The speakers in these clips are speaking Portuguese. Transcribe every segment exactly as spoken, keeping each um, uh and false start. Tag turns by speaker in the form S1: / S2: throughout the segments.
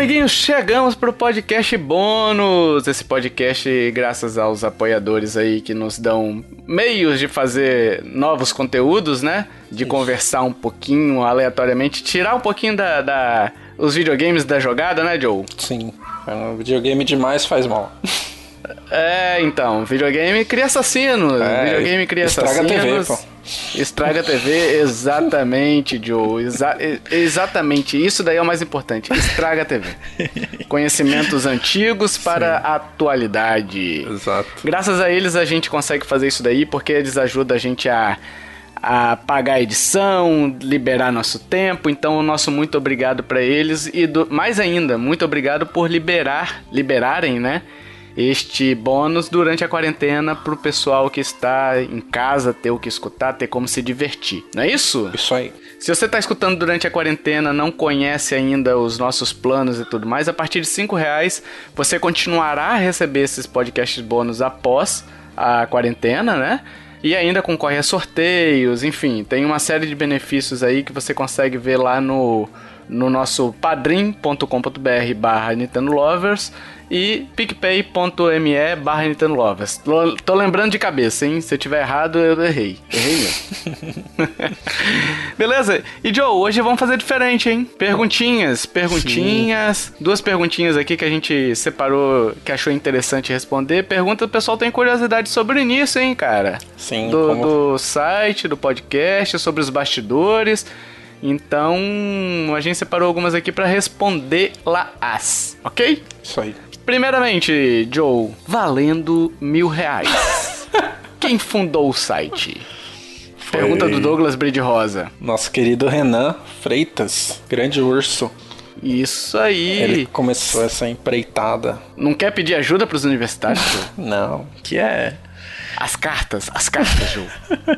S1: amiguinhos, chegamos pro podcast bônus. Esse podcast, graças aos apoiadores aí que nos dão meios de fazer novos conteúdos, né? De Isso. conversar um pouquinho aleatoriamente, tirar um pouquinho da, da os videogames da jogada, né, Joe?
S2: Sim, um videogame demais faz mal.
S1: É, então, videogame cria assassinos, é, videogame cria
S2: estraga
S1: assassinos.
S2: Estraga a T V, pô.
S1: Estraga a T V, exatamente, Joe. Exa- exatamente, isso daí é o mais importante. Estraga a T V. Conhecimentos antigos para a atualidade.
S2: Exato.
S1: Graças a eles a gente consegue fazer isso daí, porque eles ajudam a gente a, a pagar a edição, liberar nosso tempo. Então, o nosso muito obrigado para eles. E do, mais ainda, muito obrigado por liberar, liberarem, né? Este bônus durante a quarentena pro pessoal que está em casa ter o que escutar, ter como se divertir. Não é isso?
S2: Isso aí.
S1: Se você está escutando durante a quarentena, não conhece ainda os nossos planos e tudo mais, a partir de cinco reais você continuará a receber esses podcasts bônus após a quarentena, né? E ainda concorre a sorteios, enfim, tem uma série de benefícios aí que você consegue ver lá no, no nosso padrim.com.br barra Nintendo Lovers e picpay.me barra Nintendo Lovers. Tô lembrando de cabeça, hein? Se eu tiver errado, eu errei. Errei mesmo. Beleza? E Joe, hoje vamos fazer diferente, hein? Perguntinhas, perguntinhas. Sim. Duas perguntinhas aqui que a gente separou, que achou interessante responder. Pergunta, o pessoal tem curiosidade sobre o início, hein, cara?
S2: Sim.
S1: Do,
S2: como...
S1: do site, do podcast, sobre os bastidores. Então, a gente separou algumas aqui pra responder lá-as, ok?
S2: Isso aí.
S1: Primeiramente, Joe, valendo mil reais. Quem fundou o site? Foi... Pergunta do Douglas Bride Rosa.
S2: Nosso querido Renan Freitas, grande urso.
S1: Isso aí.
S2: Ele começou essa empreitada.
S1: Não quer pedir ajuda pros universitários, Joe?
S2: Não, que é...
S1: As cartas, as cartas, Joe.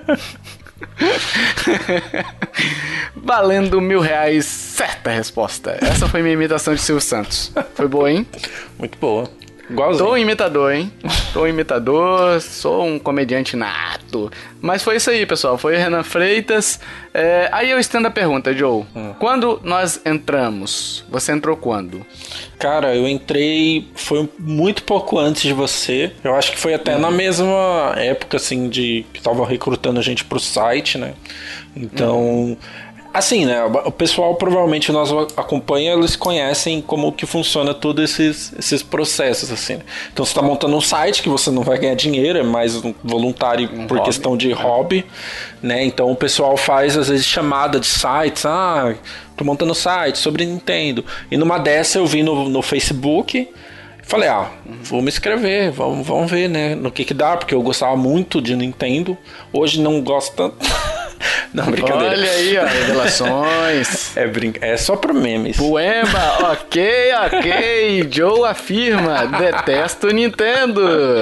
S1: Valendo mil reais, certa resposta. Essa foi minha imitação de Silvio Santos. Foi boa, hein?
S2: Muito boa. Igualzinho.
S1: Tô imitador, hein? Tô imitador, sou um comediante nato. Mas foi isso aí, pessoal. Foi o Renan Freitas. É, aí eu estendo a pergunta, Joe. Hum. Quando nós entramos? Você entrou quando?
S2: Cara, eu entrei... Foi muito pouco antes de você. Eu acho que foi até hum. na mesma época, assim, de... Que tava recrutando a gente pro site, né? Então... Hum. Assim, né, o pessoal provavelmente nós acompanha, eles conhecem como que funciona todos esses, esses processos, assim, né? Então você tá montando um site que você não vai ganhar dinheiro, é mais um voluntário um por hobby. Questão de hobby, né? Então o pessoal faz às vezes chamada de sites, ah, tô montando um site sobre Nintendo, e numa dessa eu vi no, no Facebook, falei, ah, vou me inscrever, vamos, vamos ver, né, no que que dá, porque eu gostava muito de Nintendo, hoje não gosto tanto. Não, brincadeira.
S1: Olha aí, ó, revelações.
S2: É, brinca... é só pro memes.
S1: Poema, ok, ok. Joe afirma, detesto Nintendo.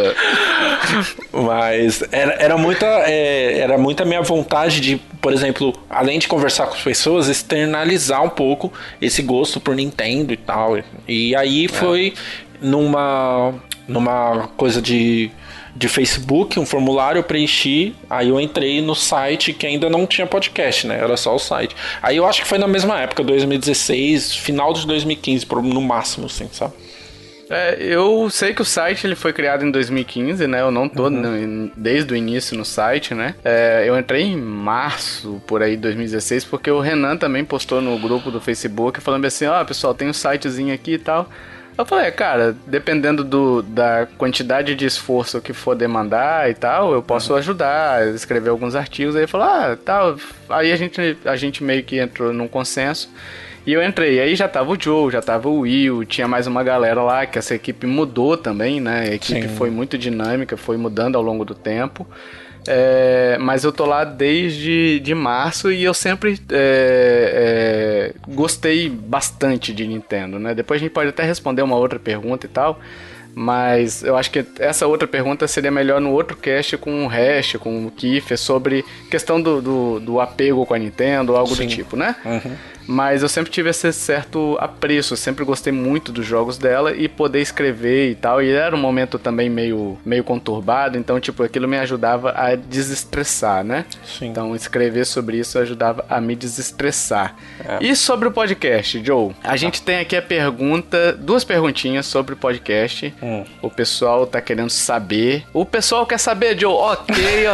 S2: Mas era, era, muita, é, era muita minha vontade de, por exemplo, além de conversar com as pessoas, externalizar um pouco esse gosto por Nintendo e tal. E aí foi é. numa, numa coisa de... de Facebook, um formulário eu preenchi, aí eu entrei no site que ainda não tinha podcast, né? Era só o site. Aí eu acho que foi na mesma época, dois mil e dezesseis, final de dois mil e quinze, no máximo, assim, sabe?
S1: É, eu sei que o site ele foi criado em dois mil e quinze, né? Eu não tô uhum. no, desde o início no site, né? É, eu entrei em março, por aí, dois mil e dezesseis, porque o Renan também postou no grupo do Facebook falando assim, ó, oh, pessoal, tem um sitezinho aqui e tal. Eu falei, cara, dependendo do, da quantidade de esforço que for demandar e tal, eu posso uhum. ajudar a escrever alguns artigos. Aí ele falou, ah, tal. Aí a gente, a gente meio que entrou num consenso. E eu entrei, aí já tava o Joe, já tava o Will, tinha mais uma galera lá, que essa equipe mudou também, né? A equipe Sim. foi muito dinâmica, foi mudando ao longo do tempo. É, mas eu tô lá desde de março e eu sempre é, é, gostei bastante de Nintendo, né? Depois a gente pode até responder uma outra pergunta e tal, mas eu acho que essa outra pergunta seria melhor no outro cast com o Hash, com o Kiefer, sobre questão do, do, do apego com a Nintendo ou algo Sim. do tipo, né?
S2: Uhum.
S1: mas eu sempre tive esse certo apreço, eu sempre gostei muito dos jogos dela e poder escrever e tal, e era um momento também meio, meio conturbado, então, tipo, aquilo me ajudava a desestressar, né?
S2: Sim.
S1: Então, escrever sobre isso ajudava a me desestressar.
S2: É.
S1: E sobre o podcast, Joe? A gente tem aqui a pergunta, duas perguntinhas sobre o podcast.
S2: Hum.
S1: O pessoal tá querendo saber. O pessoal quer saber, Joe. Ok,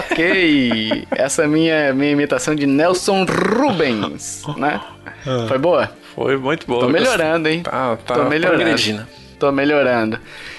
S1: ok. Essa é a minha, minha imitação de Nelson Rubens, né?
S2: Ah.
S1: Foi boa?
S2: Foi muito boa.
S1: Tô melhorando, hein?
S2: Tá, tá
S1: Tô melhorando.
S2: progredindo.
S1: Tô melhorando.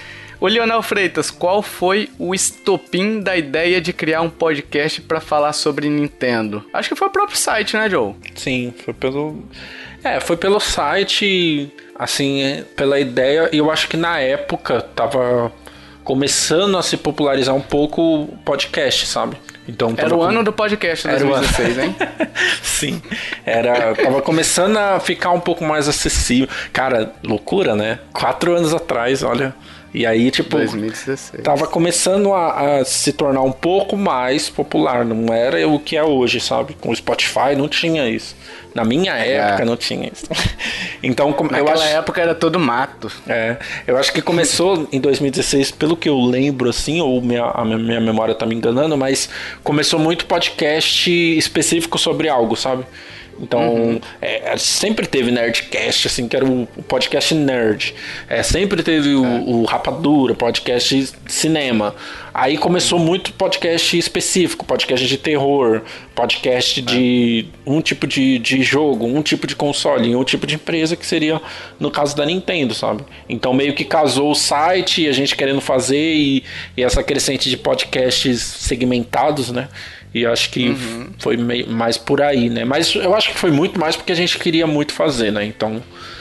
S1: O Leonel Freitas, qual foi o estopim da ideia de criar um podcast pra falar sobre Nintendo? Acho que foi o próprio site, né, Joe?
S2: Sim, foi pelo... É, foi pelo site, assim, pela ideia. E eu acho que na época tava começando a se popularizar um pouco o podcast, sabe? Então,
S1: era o com... ano do podcast, dois mil e dezesseis, hein?
S2: Sim, era, tava começando a ficar um pouco mais acessível. Cara, loucura, né? Quatro anos atrás, olha... E aí, tipo,
S1: dois mil e dezesseis.
S2: Tava começando a, a se tornar um pouco mais popular. Não era o que é hoje, sabe? Com o Spotify não tinha isso. Na minha época é. não tinha isso. Então,
S1: Naquela
S2: eu acho...
S1: época era todo mato.
S2: É, eu acho que começou em dois mil e dezesseis, pelo que eu lembro, assim, ou minha, a minha memória tá me enganando, mas começou muito podcast específico sobre algo, sabe? Então, uhum. é, sempre teve Nerdcast, assim, que era o, o podcast nerd. É, sempre teve o, é. o Rapadura, podcast de cinema. Aí começou muito podcast específico, podcast de terror, podcast de é. um tipo de, de jogo, um tipo de console, um tipo de empresa, que seria no caso da Nintendo, sabe? Então meio que casou o site, a gente querendo fazer, e, e essa crescente de podcasts segmentados, né? E acho que uhum. foi meio mais por aí, né? Mas eu acho que foi muito mais porque a gente queria muito fazer, né? Então...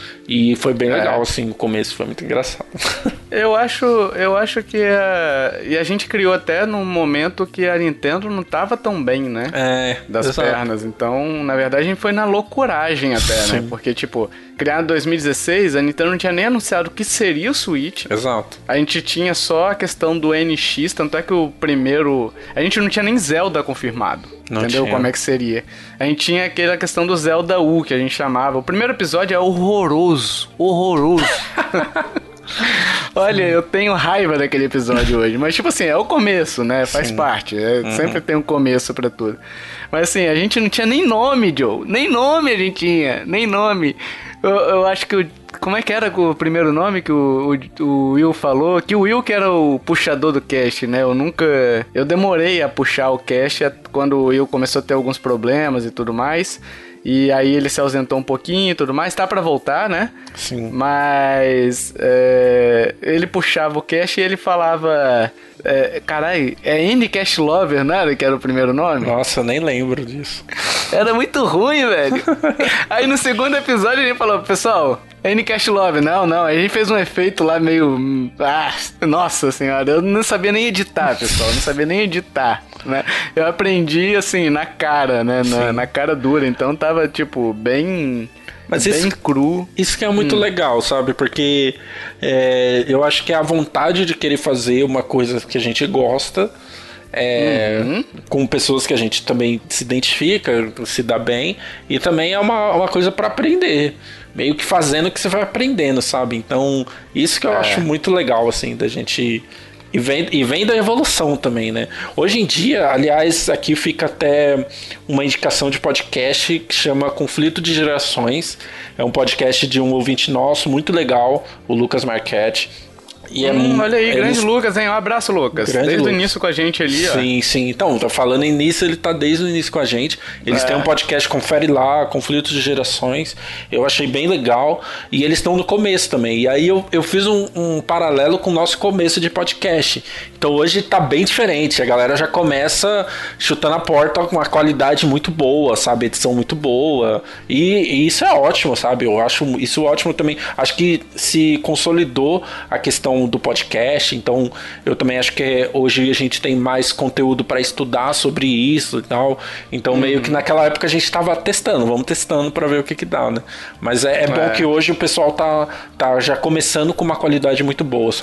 S2: E foi bem legal, é. assim, o começo foi muito engraçado.
S1: Eu acho, eu acho que a, e a gente criou até num momento que a Nintendo não tava tão bem, né?
S2: É,
S1: das exato. pernas. Então, na verdade, a gente foi na loucuragem até, Sim. né? Porque, tipo, criado em dois mil e dezesseis, a Nintendo não tinha nem anunciado o que seria o Switch.
S2: Exato.
S1: A gente tinha só a questão do N X, tanto é que o primeiro... A gente não tinha nem Zelda confirmado. Não entendeu? Tinha. Como é que seria? A gente tinha aquela questão do Zelda U, que a gente chamava. O primeiro episódio é horroroso. Horroroso. Olha, eu tenho raiva daquele episódio hoje. Mas, tipo assim, é o começo, né? Faz Sim. parte. É, uhum. Sempre tem um começo pra tudo. Mas, assim, a gente não tinha nem nome, Joe. Nem nome a gente tinha. Nem nome. Eu, eu acho que... O, como é que era o primeiro nome que o, o, o Will falou? Que o Will que era o puxador do cast, né? Eu nunca... Eu demorei a puxar o cast quando o Will começou a ter alguns problemas e tudo mais. E aí ele se ausentou um pouquinho e tudo mais. Tá pra voltar, né?
S2: Sim.
S1: Mas... É, ele puxava o cast e ele falava... É, caralho, é N-Cast Lover, não era que era o primeiro nome?
S2: Nossa, eu nem lembro disso.
S1: Era muito ruim, velho. Aí no segundo episódio a gente falou, pessoal, N-Cast Lover, não, não. Aí a gente fez um efeito lá meio... Ah, nossa senhora, eu não sabia nem editar, pessoal, eu não sabia nem editar, né? Eu aprendi, assim, na cara, né, na, na cara dura, então tava, tipo, bem...
S2: Mas
S1: bem
S2: isso,
S1: cru.
S2: Isso que é muito hum. legal, sabe? Porque é, eu acho que é a vontade de querer fazer uma coisa que a gente gosta, é, uhum. com pessoas que a gente também se identifica, se dá bem, e também é uma, uma coisa para aprender. Meio que fazendo que você vai aprendendo, sabe? Então, isso que eu é. acho muito legal, assim, da gente... E vem, e vem da evolução também, né? Hoje em dia, aliás, aqui fica até uma indicação de podcast que chama Conflito de Gerações. É um podcast de um ouvinte nosso, muito legal, o Lucas Marchetti. E
S1: hum,
S2: é,
S1: olha aí,
S2: é
S1: grande
S2: eles...
S1: Lucas, hein? Um abraço, Lucas.
S2: Grande
S1: desde
S2: Lucas.
S1: o início com a gente ali, ó.
S2: Sim, sim. Então, tá falando início, ele tá desde o início com a gente. Eles é. têm um podcast, confere lá, Conflitos de Gerações. Eu achei bem legal. E eles estão no começo também. E aí eu, eu fiz um, um paralelo com o nosso começo de podcast. Então hoje tá bem diferente. A galera já começa chutando a porta com uma qualidade muito boa, sabe? Edição muito boa. E, e isso é ótimo, sabe? Eu acho isso ótimo também. Acho que se consolidou a questão do podcast. Então eu também acho que hoje a gente tem mais conteúdo para estudar sobre isso e tal. Então uhum. meio que naquela época a gente tava testando, vamos testando para ver o que que dá, né? Mas é, é bom é. que hoje o pessoal tá, tá já começando com uma qualidade muito boa, sabe?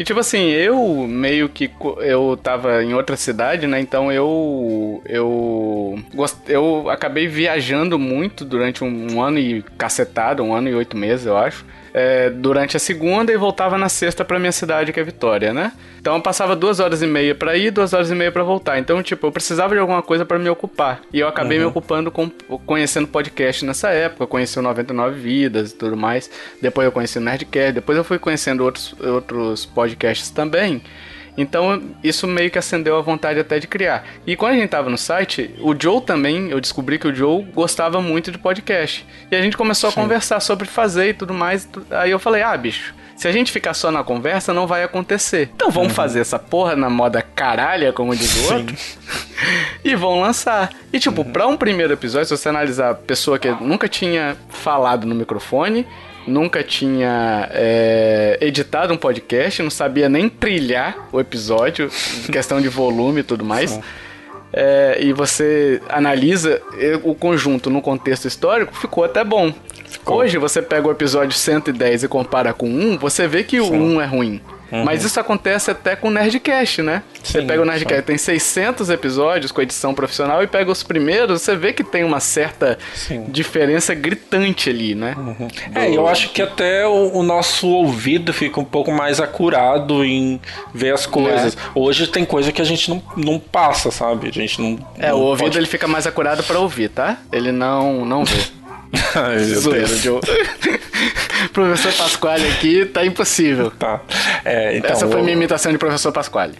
S1: E tipo assim, eu meio que eu tava em outra cidade, né? Então eu eu gost, eu acabei viajando muito durante um, um ano e cacetado, um ano e oito meses, eu acho. É, durante a segunda e voltava na sexta pra minha cidade, que é Vitória, né? Então eu passava duas horas e meia pra ir, duas horas e meia pra voltar. Então, tipo, eu precisava de alguma coisa pra me ocupar. E eu acabei uhum. me ocupando com conhecendo podcast nessa época. Eu conheci o noventa e nove Vidas e tudo mais. Depois eu conheci o Nerdcast. Depois eu fui conhecendo outros, outros podcasts também. Então, isso meio que acendeu a vontade até de criar. E quando a gente tava no site, o Joe também, eu descobri que o Joe gostava muito de podcast. E a gente começou Sim. a conversar sobre fazer e tudo mais. Aí eu falei, ah, bicho, se a gente ficar só na conversa, não vai acontecer. Então vamos uhum. fazer essa porra na moda caralha, como diz o outro, e vão lançar. E tipo, uhum. pra um primeiro episódio, se você analisar a pessoa que nunca tinha falado no microfone, nunca tinha é, editado um podcast, não sabia nem trilhar o episódio, questão de volume e tudo mais. É, e você analisa o conjunto no contexto histórico, ficou até bom. Ficou. Hoje você pega o episódio cento e dez e compara com um, você vê que Sim. o um é ruim. Uhum. Mas isso acontece até com o Nerdcast, né? Sim, você pega o Nerdcast, sim. tem seiscentos episódios com edição profissional e pega os primeiros, você vê que tem uma certa sim. diferença gritante ali, né?
S2: Uhum. Do... É, eu acho que até o, o nosso ouvido fica um pouco mais acurado em ver as coisas. É. Hoje tem coisa que a gente não, não passa, sabe? A gente não...
S1: É,
S2: não
S1: o ouvido
S2: pode...
S1: ele fica mais acurado pra ouvir, tá? Ele não, não vê.
S2: Ai, meu
S1: Zoeira,
S2: Deus.
S1: Joe. Professor Pasquale aqui, tá impossível.
S2: Tá. É, então,
S1: Essa foi
S2: eu...
S1: minha imitação de professor Pasquale.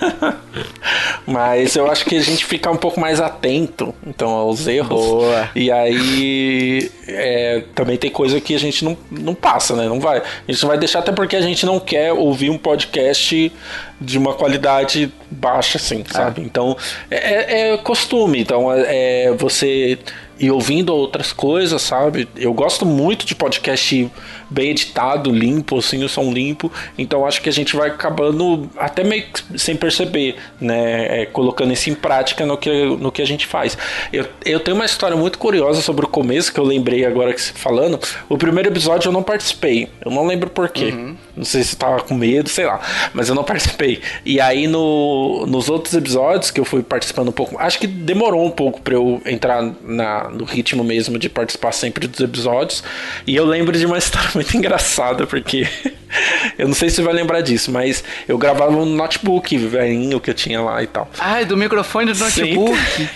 S2: Mas eu acho que a gente fica um pouco mais atento, então, aos erros.
S1: Boa.
S2: E aí é, também tem coisa que a gente não, não passa, né? Não vai. A gente não vai deixar, até porque a gente não quer ouvir um podcast de uma qualidade baixa, assim, sabe? Ah. Então, é, é costume. Então, é você... e ouvindo outras coisas, sabe? Eu gosto muito de podcast bem editado, limpo, assim, o som limpo. Então acho que a gente vai acabando até meio que sem perceber, né? É, colocando isso em prática no que, no que a gente faz. Eu, eu tenho uma história muito curiosa sobre o começo, que eu lembrei agora que você falando. O primeiro episódio eu não participei. Eu não lembro por quê. Uhum. Não sei se eu tava com medo, sei lá. Mas eu não participei. E aí no, nos outros episódios que eu fui participando um pouco... Acho que demorou um pouco pra eu entrar na... no ritmo mesmo de participar sempre dos episódios. E eu lembro de uma história muito engraçada, porque eu não sei se você vai lembrar disso, mas eu gravava um notebook velhinho que eu tinha lá e tal.
S1: Ai, do microfone do notebook.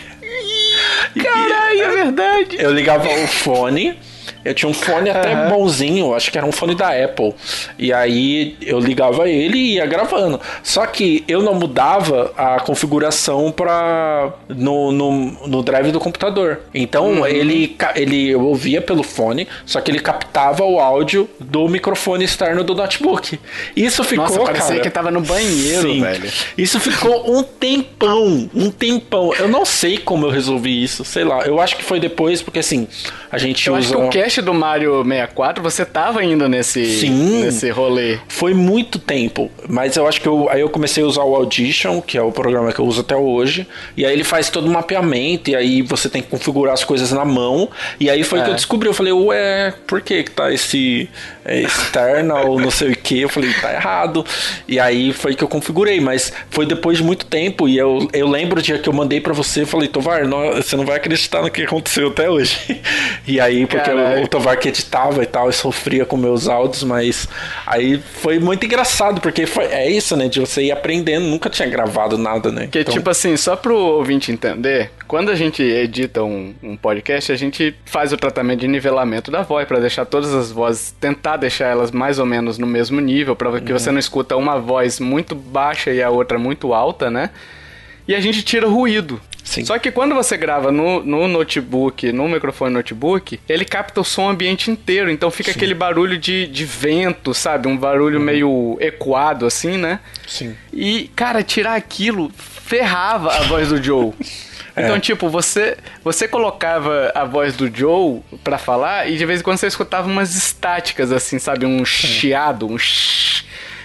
S1: Caralho, é verdade.
S2: Eu ligava o fone. Eu tinha um fone até uhum. bonzinho, acho que era um fone da Apple. E aí eu ligava ele e ia gravando. Só que eu não mudava a configuração pra, no, no, no drive do computador. Então uhum. ele, ele, eu ouvia pelo fone, só que ele captava o áudio do microfone externo do notebook. Isso ficou,
S1: Nossa, parecia
S2: cara,
S1: que tava no banheiro, sim, velho.
S2: Isso ficou um tempão, um tempão. Eu não sei como eu resolvi isso, sei lá. Eu acho que foi depois, porque assim, a gente
S1: eu
S2: usa...
S1: acho que o cast do Mario sessenta e quatro, você tava indo nesse,
S2: Sim,
S1: nesse rolê.
S2: Foi muito tempo, mas eu acho que eu, aí eu comecei a usar o Audition, que é o programa que eu uso até hoje, e aí ele faz todo o mapeamento, e aí você tem que configurar as coisas na mão, e aí foi é. que eu descobri, eu falei, ué, por que que tá esse é, external, não sei o que, eu falei, tá errado, e aí foi que eu configurei, mas foi depois de muito tempo, e eu, eu lembro o dia que eu mandei pra você, eu falei, Tovar, não, você não vai acreditar no que aconteceu até hoje, e aí, porque o, o Tovar que editava e tal, e sofria com meus áudios, mas aí foi muito engraçado, porque foi, é isso, né, de você ir aprendendo, nunca tinha gravado nada, né.
S1: Que então... tipo assim, só pro ouvinte entender, quando a gente edita um, um podcast, a gente faz o tratamento de nivelamento da voz, pra deixar todas as vozes, tentar deixar elas mais ou menos no mesmo nível, pra que uhum. você não escuta uma voz muito baixa e a outra muito alta, né, e a gente tira ruído. Sim. Só que quando você grava no, no notebook, no microfone notebook, ele capta o som ambiente inteiro, então fica Sim. aquele barulho de, de vento, sabe? Um barulho uhum. meio ecoado, assim, né?
S2: Sim.
S1: E, cara, tirar aquilo ferrava a voz do Joe. Então, é. tipo, você, você colocava a voz do Joe pra falar e de vez em quando você escutava umas estáticas, assim, sabe? Um chiado, um shh.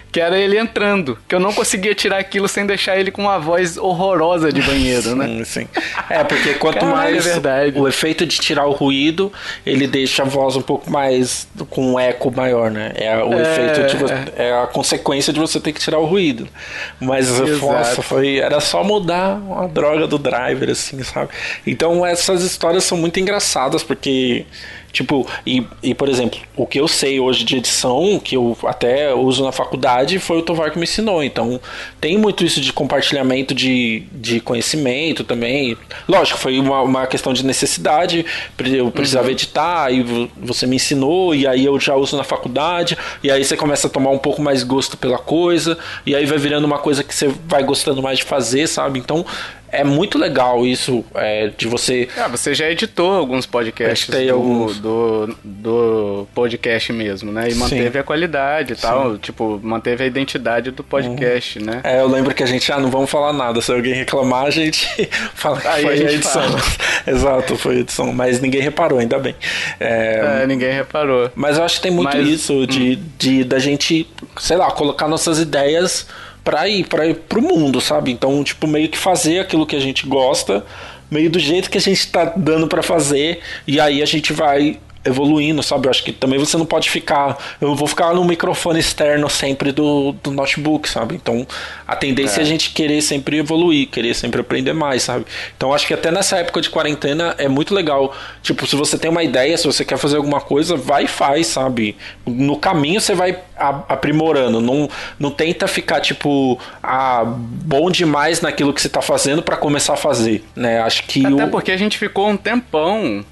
S1: que era ele entrando, que eu não conseguia tirar aquilo sem deixar ele com uma voz horrorosa de banheiro, né?
S2: Sim, sim. É, porque quanto
S1: Caralho,
S2: mais
S1: é verdade.
S2: o efeito de tirar o ruído, ele deixa a voz um pouco mais com um eco maior, né? É o
S1: É,
S2: efeito de você,
S1: é.
S2: é a consequência de você ter que tirar o ruído. Mas
S1: Exato.
S2: nossa, foi era só mudar a droga do driver assim, sabe? Então essas histórias são muito engraçadas porque tipo, e, e por exemplo, o que eu sei hoje de edição, que eu até uso na faculdade, foi o Tovar que me ensinou. Então, tem muito isso de compartilhamento de, de conhecimento também. Lógico, foi uma, uma questão de necessidade, eu precisava uhum. editar, e você me ensinou, e aí eu já uso na faculdade, e aí você começa a tomar um pouco mais gosto pela coisa, e aí vai virando uma coisa que você vai gostando mais de fazer, sabe? Então, é muito legal isso, é, de você...
S1: Ah, você já editou alguns podcasts do,
S2: alguns.
S1: Do, do podcast mesmo, né? E manteve Sim. a qualidade e tal, Sim. tipo, manteve a identidade do podcast, uhum. né?
S2: É, eu lembro que a gente, ah, não vamos falar nada, se alguém reclamar, a gente fala que
S1: Aí
S2: foi
S1: a, gente
S2: a edição.
S1: Fala.
S2: Exato, foi a edição, mas ninguém reparou, ainda bem.
S1: É, é, ninguém reparou.
S2: Mas eu acho que tem muito
S1: mas,
S2: isso, de, hum. de da gente, sei lá, colocar nossas ideias pra ir, pra ir pro mundo, sabe? Então, tipo, meio que fazer aquilo que a gente gosta, meio do jeito que a gente tá dando pra fazer, e aí a gente vai evoluindo, sabe? Eu acho que também você não pode ficar... Eu vou ficar no microfone externo sempre do, do notebook, sabe? Então, a tendência é. é a gente querer sempre evoluir, querer sempre aprender mais, sabe? Então, acho que até nessa época de quarentena é muito legal. Tipo, se você tem uma ideia, se você quer fazer alguma coisa, vai e faz, sabe? No caminho você vai aprimorando. Não, não tenta ficar, tipo, ah, bom demais naquilo que você tá fazendo pra começar a fazer, né? Acho que...
S1: Até
S2: o...
S1: porque a gente ficou um tempão,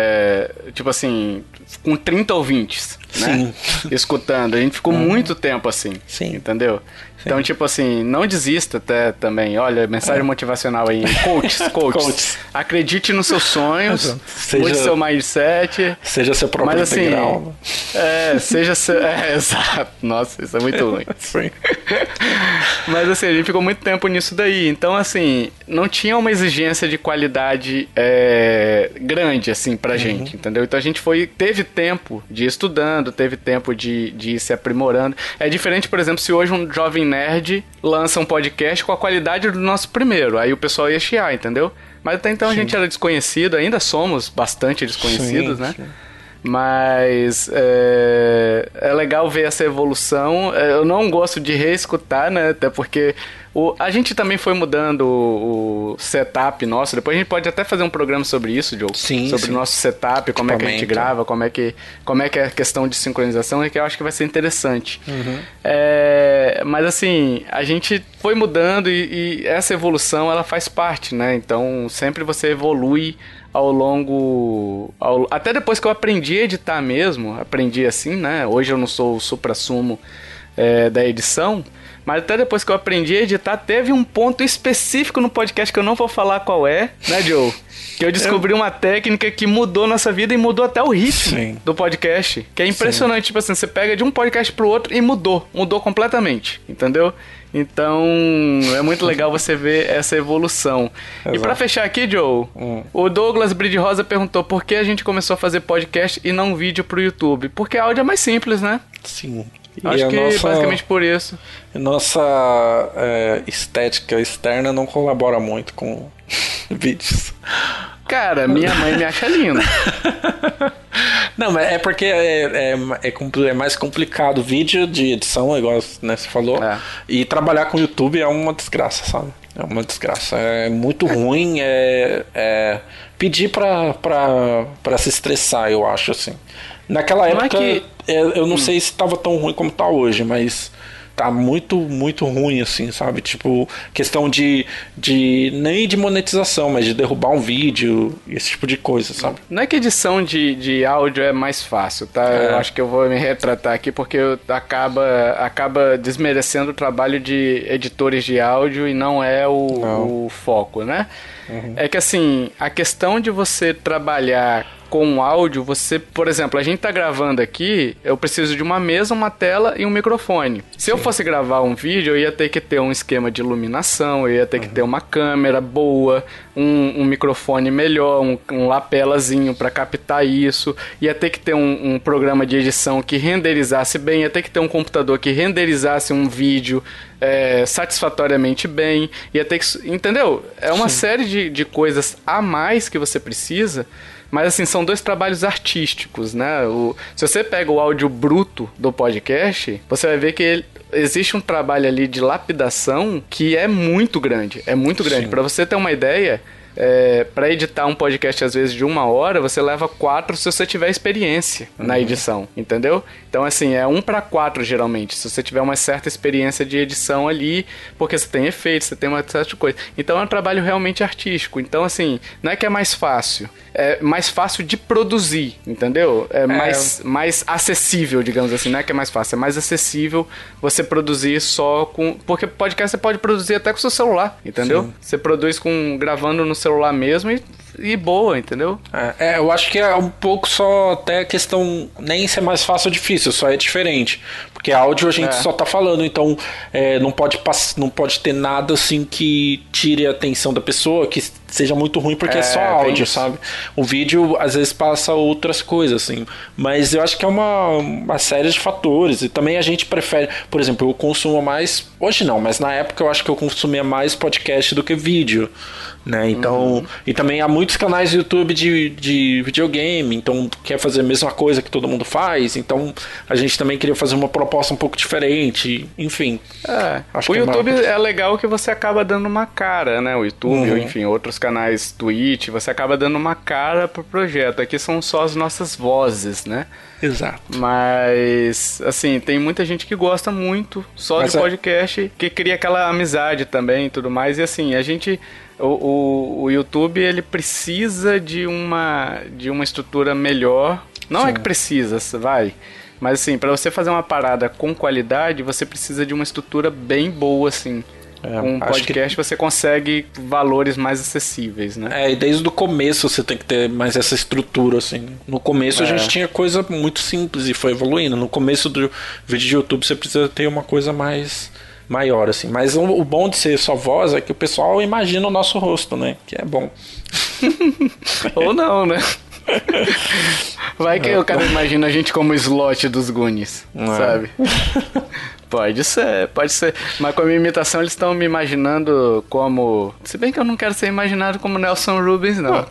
S1: é, tipo assim, com trinta ouvintes, né? Escutando. A gente ficou uhum. muito tempo assim, Sim. entendeu? Sim. Então, tipo assim, não desista até também. Olha, mensagem é. motivacional aí. Coaches, coaches. coaches. Acredite nos seus sonhos, seja, mude seu mindset.
S2: Seja seu próprio
S1: mas, assim,
S2: integral.
S1: É, seja seu... É, exato. Nossa, isso é muito ruim.
S2: Sim.
S1: Mas, assim, a gente ficou muito tempo nisso daí. Então, assim, não tinha uma exigência de qualidade é, grande, assim, pra uhum. gente, entendeu? Então, a gente foi... Teve tempo de ir estudando, teve tempo de, de ir se aprimorando. É diferente, por exemplo, se hoje um jovem nerd lança um podcast com a qualidade do nosso primeiro. Aí o pessoal ia chiar, entendeu? Mas até então sim. a gente era desconhecido, ainda somos bastante desconhecidos, sim, né? Sim. Mas é, é legal ver essa evolução. Eu não gosto de reescutar, né? Até porque o, a gente também foi mudando o, o setup nosso. Depois a gente pode até fazer um programa sobre isso, Joe.
S2: Sim,
S1: sobre
S2: sim.
S1: o nosso setup, como é que a gente grava, como é que, como é que é a questão de sincronização, e que eu acho que vai ser interessante. Uhum. É, mas assim, a gente foi mudando e, e essa evolução, ela faz parte, né? Então sempre você evolui ao longo... Ao, até depois que eu aprendi a editar mesmo, aprendi assim, né? Hoje eu não sou o supra-sumo é, da edição, mas até depois que eu aprendi a editar, teve um ponto específico no podcast que eu não vou falar qual é, né, Joe? Que eu descobri eu... uma técnica que mudou nossa vida e mudou até o ritmo Sim. do podcast. Que é impressionante, Sim. tipo assim, você pega de um podcast pro outro e mudou. Mudou completamente, entendeu? Então, é muito legal você ver essa evolução. Exato. E pra fechar aqui, Joe, hum. o Douglas Bride Rosa perguntou por que a gente começou a fazer podcast e não vídeo pro YouTube. Porque áudio é mais simples, né?
S2: Sim. E
S1: Acho que nossa, basicamente por isso.
S2: Nossa é, estética externa não colabora muito com vídeos.
S1: Cara, minha mãe me acha lindo.
S2: Não, mas é porque é, é, é, é mais complicado. Vídeo de edição, igual, né, você falou. É. E trabalhar com YouTube é uma desgraça, sabe? É uma desgraça. É muito ruim. É, é pedir pra, pra, pra se estressar, eu acho, assim. Naquela não época, é que... eu não hum. sei se tava tão ruim como tá hoje, mas tá muito, muito ruim, assim, sabe? Tipo, questão de, de nem de monetização, mas de derrubar um vídeo, esse tipo de coisa, sabe?
S1: Não é que edição de, de áudio é mais fácil, tá? É. Eu acho que eu vou me retratar aqui, porque acaba, acaba desmerecendo o trabalho de editores de áudio e não é o, não. o foco, né? Uhum. É que, assim, a questão de você trabalhar com o áudio, você, por exemplo, a gente tá gravando aqui, eu preciso de uma mesa, uma tela e um microfone. Se Sim. eu fosse gravar um vídeo, eu ia ter que ter um esquema de iluminação, eu ia ter uhum. que ter uma câmera boa, um, um microfone melhor, um, um lapelazinho para captar isso, ia ter que ter um, um programa de edição que renderizasse bem, ia ter que ter um computador que renderizasse um vídeo é, satisfatoriamente bem, ia ter que... Entendeu? É uma Sim. série de, de coisas a mais que você precisa. Mas assim, são dois trabalhos artísticos, né? O, se você pega o áudio bruto do podcast, você vai ver que ele, existe um trabalho ali de lapidação que é muito grande. É muito grande. Para você ter uma ideia, é, para editar um podcast às vezes de uma hora, você leva quatro se você tiver experiência uhum. na edição, entendeu? Então assim, é um para quatro geralmente, se você tiver uma certa experiência de edição ali, porque você tem efeitos, você tem uma certa coisa. Então é um trabalho realmente artístico. Então assim, não é que é mais fácil, é mais fácil de produzir, entendeu? É, é mais, mais acessível, digamos assim, não é que é mais fácil, é mais acessível você produzir só com... Porque podcast você pode produzir até com o seu celular, entendeu? Sim. Você produz com gravando no celular mesmo e, e boa, entendeu?
S2: É, é, eu acho que é um pouco só até questão, nem ser mais fácil ou difícil, só é diferente. Porque áudio a gente é. só tá falando, então é, não, pode pass- não pode ter nada assim que tire a atenção da pessoa, que seja muito ruim, porque é, é só áudio, sabe? O vídeo às vezes passa outras coisas, assim. Mas eu acho que é uma, uma série de fatores. E também a gente prefere, por exemplo, eu consumo mais, hoje não, mas na época eu acho que eu consumia mais podcast do que vídeo, né? Então, uhum. e também há muitos canais do YouTube de, de videogame, então quer fazer a mesma coisa que todo mundo faz, então a gente também queria fazer uma proposta um pouco diferente, enfim.
S1: É, acho o que YouTube é, uma... é legal que você acaba dando uma cara, né? O YouTube, uhum. ou enfim, outros canais, Twitch, você acaba dando uma cara pro projeto. Aqui são só as nossas vozes, né?
S2: Exato.
S1: Mas, assim, tem muita gente que gosta muito só Mas de podcast, é... que cria aquela amizade também e tudo mais, e assim, a gente... O, o, o YouTube, ele precisa de uma, de uma estrutura melhor. Não Sim. é que precisa, vai. Mas assim, para você fazer uma parada com qualidade, você precisa de uma estrutura bem boa, assim. É, com um podcast que... você consegue valores mais acessíveis, né?
S2: É, e desde o começo você tem que ter mais essa estrutura, assim. No começo é. a gente tinha coisa muito simples e foi evoluindo. No começo do vídeo de YouTube você precisa ter uma coisa mais... maior, assim. Mas o, o bom de ser só voz é que o pessoal imagina o nosso rosto, né? Que é bom.
S1: Ou não, né? Vai que o cara imagina a gente como o slot dos Goonies, não sabe? É. Pode ser, pode ser. Mas com a minha imitação eles estão me imaginando como... Se bem que eu não quero ser imaginado como Nelson Rubens, não.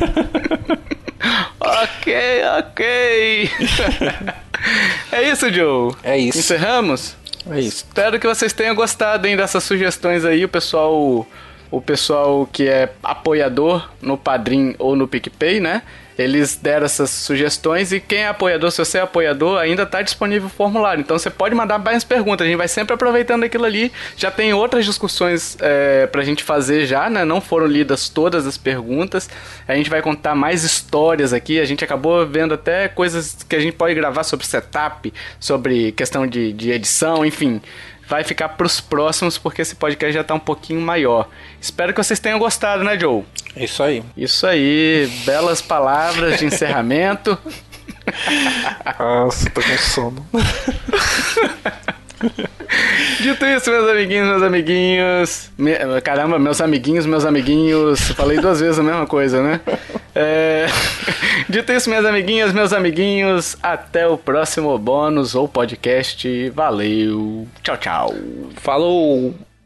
S1: Ok, ok. É isso, Joe.
S2: É isso.
S1: Encerramos?
S2: É isso.
S1: Espero que vocês tenham gostado, hein, dessas sugestões aí. O pessoal, o pessoal que é apoiador no Padrim ou no PicPay, né? Eles deram essas sugestões e quem é apoiador, se você é apoiador, ainda está disponível o formulário. Então você pode mandar mais perguntas, a gente vai sempre aproveitando aquilo ali. Já tem outras discussões é, pra gente fazer já, né? Não foram lidas todas as perguntas. A gente vai contar mais histórias aqui. A gente acabou vendo até coisas que a gente pode gravar sobre setup, sobre questão de, de edição, enfim. Vai ficar pros próximos, porque esse podcast já tá um pouquinho maior. Espero que vocês tenham gostado, né, Joe?
S2: É isso aí.
S1: Isso aí. Belas palavras de encerramento.
S2: Nossa, tô com sono.
S1: Dito isso, meus amiguinhos, meus amiguinhos... Me... Caramba, meus amiguinhos, meus amiguinhos... Falei duas vezes a mesma coisa, né? É... Dito isso, minhas amiguinhas, meus amiguinhos... Até o próximo bônus ou podcast. Valeu. Tchau, tchau.
S2: Falou.